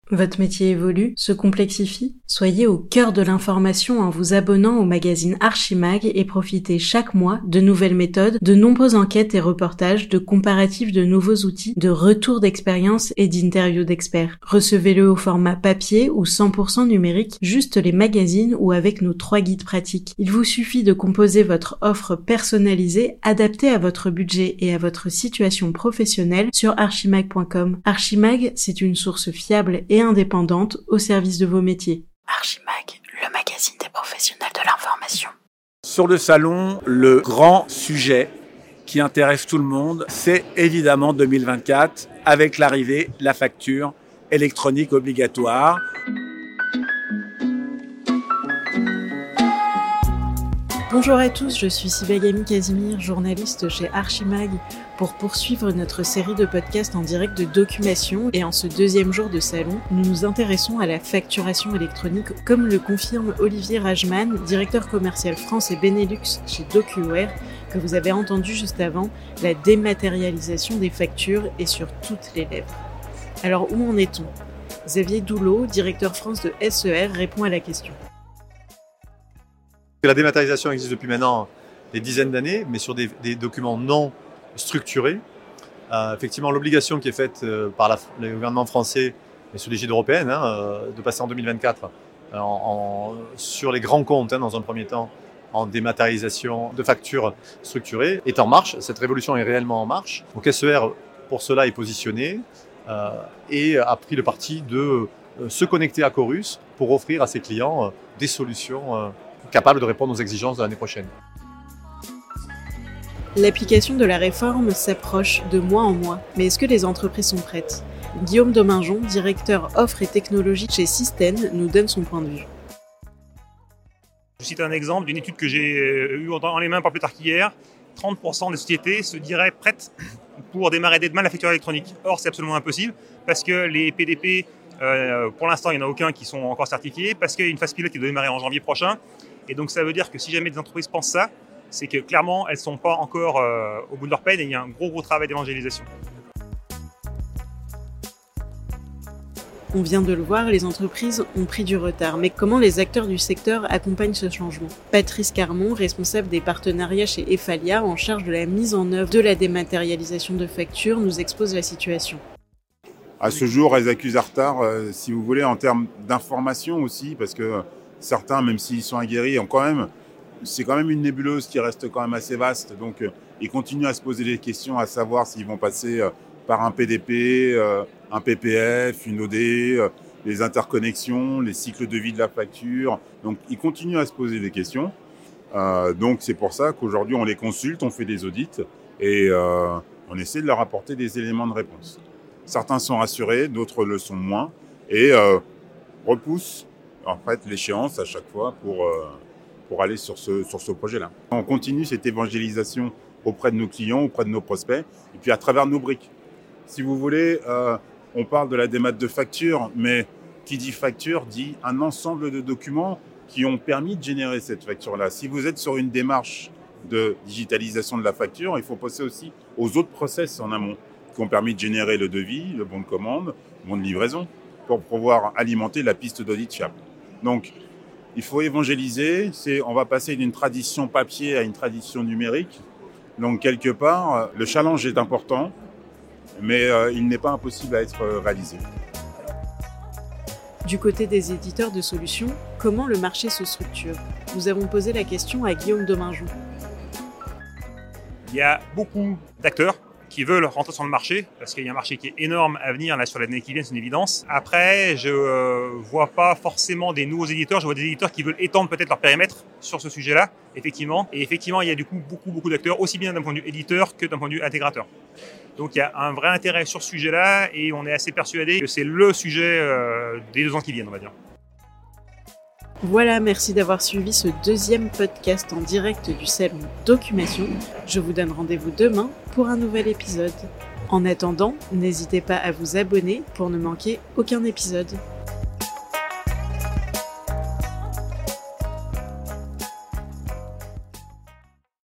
Votre métier évolue, se complexifie? Soyez au cœur de l'information en vous abonnant au magazine Archimag et profitez chaque mois de nouvelles méthodes, de nombreuses enquêtes et reportages, de comparatifs de nouveaux outils, de retours d'expérience et d'interviews d'experts. Recevez-le au format papier ou 100% numérique, juste les magazines ou avec nos 3 guides pratiques. Il vous suffit de composer votre offre personnalisée, adaptée à votre budget et à votre situation professionnelle sur archimag.com. Archimag, c'est une source fiable et indépendante au service de vos métiers. Archimag, le magazine des professionnels de l'information. Sur le salon, le grand sujet qui intéresse tout le monde, c'est évidemment 2024 avec l'arrivée de la facture électronique obligatoire. Bonjour à tous, je suis Sibagami Casimir, journaliste chez Archimag, pour poursuivre notre série de podcasts en direct de Documation. Et en ce 2e jour de salon, nous nous intéressons à la facturation électronique, comme le confirme Olivier Rajman, directeur commercial France et Benelux chez DocuWare, que vous avez entendu juste avant, la dématérialisation des factures est sur toutes les lèvres. Alors où en est-on ? Xavier Doulot, directeur France de SER, répond à la question. La dématérialisation existe depuis maintenant des dizaines d'années, mais sur des documents non structurés. Effectivement, l'obligation qui est faite par le gouvernement français et sous l'égide européenne de passer en 2024 sur les grands comptes, dans un premier temps, en dématérialisation de factures structurées, est en marche. Cette révolution est réellement en marche. Donc SER, pour cela, est positionné et a pris le parti de se connecter à Chorus pour offrir à ses clients des solutions capable de répondre aux exigences de l'année prochaine. L'application de la réforme s'approche de mois en mois, mais est-ce que les entreprises sont prêtes ? Guillaume Dominjon, directeur offre et technologie chez Systène, nous donne son point de vue. Je cite un exemple d'une étude que j'ai eue dans les mains pas plus tard qu'hier. 30% des sociétés se diraient prêtes pour démarrer dès demain la facture électronique. Or, c'est absolument impossible parce que les PDP, pour l'instant, il n'y en a aucun qui sont encore certifiés, parce qu'il y a une phase pilote qui doit démarrer en janvier prochain. Et donc ça veut dire que si jamais des entreprises pensent ça, c'est que clairement elles ne sont pas encore au bout de leur peine et il y a un gros travail d'évangélisation. On vient de le voir, les entreprises ont pris du retard. Mais comment les acteurs du secteur accompagnent ce changement ? Patrice Carmon, responsable des partenariats chez Efalia, en charge de la mise en œuvre de la dématérialisation de factures, nous expose la situation. À ce jour, elles accusent un retard, si vous voulez, en termes d'information aussi, parce que certains, même s'ils sont aguerris, c'est quand même une nébuleuse qui reste quand même assez vaste. Donc, ils continuent à se poser des questions, à savoir s'ils vont passer par un PDP, un PPF, une OD, les interconnexions, les cycles de vie de la facture. Donc, ils continuent à se poser des questions. Donc, c'est pour ça qu'aujourd'hui, on les consulte, on fait des audits et on essaie de leur apporter des éléments de réponse. Certains sont rassurés, d'autres le sont moins et repoussent en fait l'échéance à chaque fois pour aller sur ce projet-là. On continue cette évangélisation auprès de nos clients, auprès de nos prospects et puis à travers nos briques. Si vous voulez, on parle de la démat de facture, mais qui dit facture dit un ensemble de documents qui ont permis de générer cette facture-là. Si vous êtes sur une démarche de digitalisation de la facture, il faut passer aussi aux autres process en amont qui ont permis de générer le devis, le bon de commande, le bon de livraison pour pouvoir alimenter la piste d'audit fiable. Donc, il faut évangéliser. On va passer d'une tradition papier à une tradition numérique. Donc, quelque part, le challenge est important, mais il n'est pas impossible à être réalisé. Du côté des éditeurs de solutions, comment le marché se structure ? Nous avons posé la question à Guillaume Dominjon. Il y a beaucoup d'acteurs qui veulent rentrer sur le marché, parce qu'il y a un marché qui est énorme à venir là sur l'année qui vient, c'est une évidence. Après, je vois pas forcément des nouveaux éditeurs, je vois des éditeurs qui veulent étendre peut-être leur périmètre sur ce sujet-là, effectivement. Et effectivement, il y a du coup beaucoup d'acteurs, aussi bien d'un point de vue éditeur que d'un point de vue intégrateur. Donc il y a un vrai intérêt sur ce sujet-là, et on est assez persuadé que c'est le sujet des 2 ans qui viennent, on va dire. Voilà, merci d'avoir suivi ce 2e podcast en direct du salon Documation. Je vous donne rendez-vous demain pour un nouvel épisode. En attendant, n'hésitez pas à vous abonner pour ne manquer aucun épisode.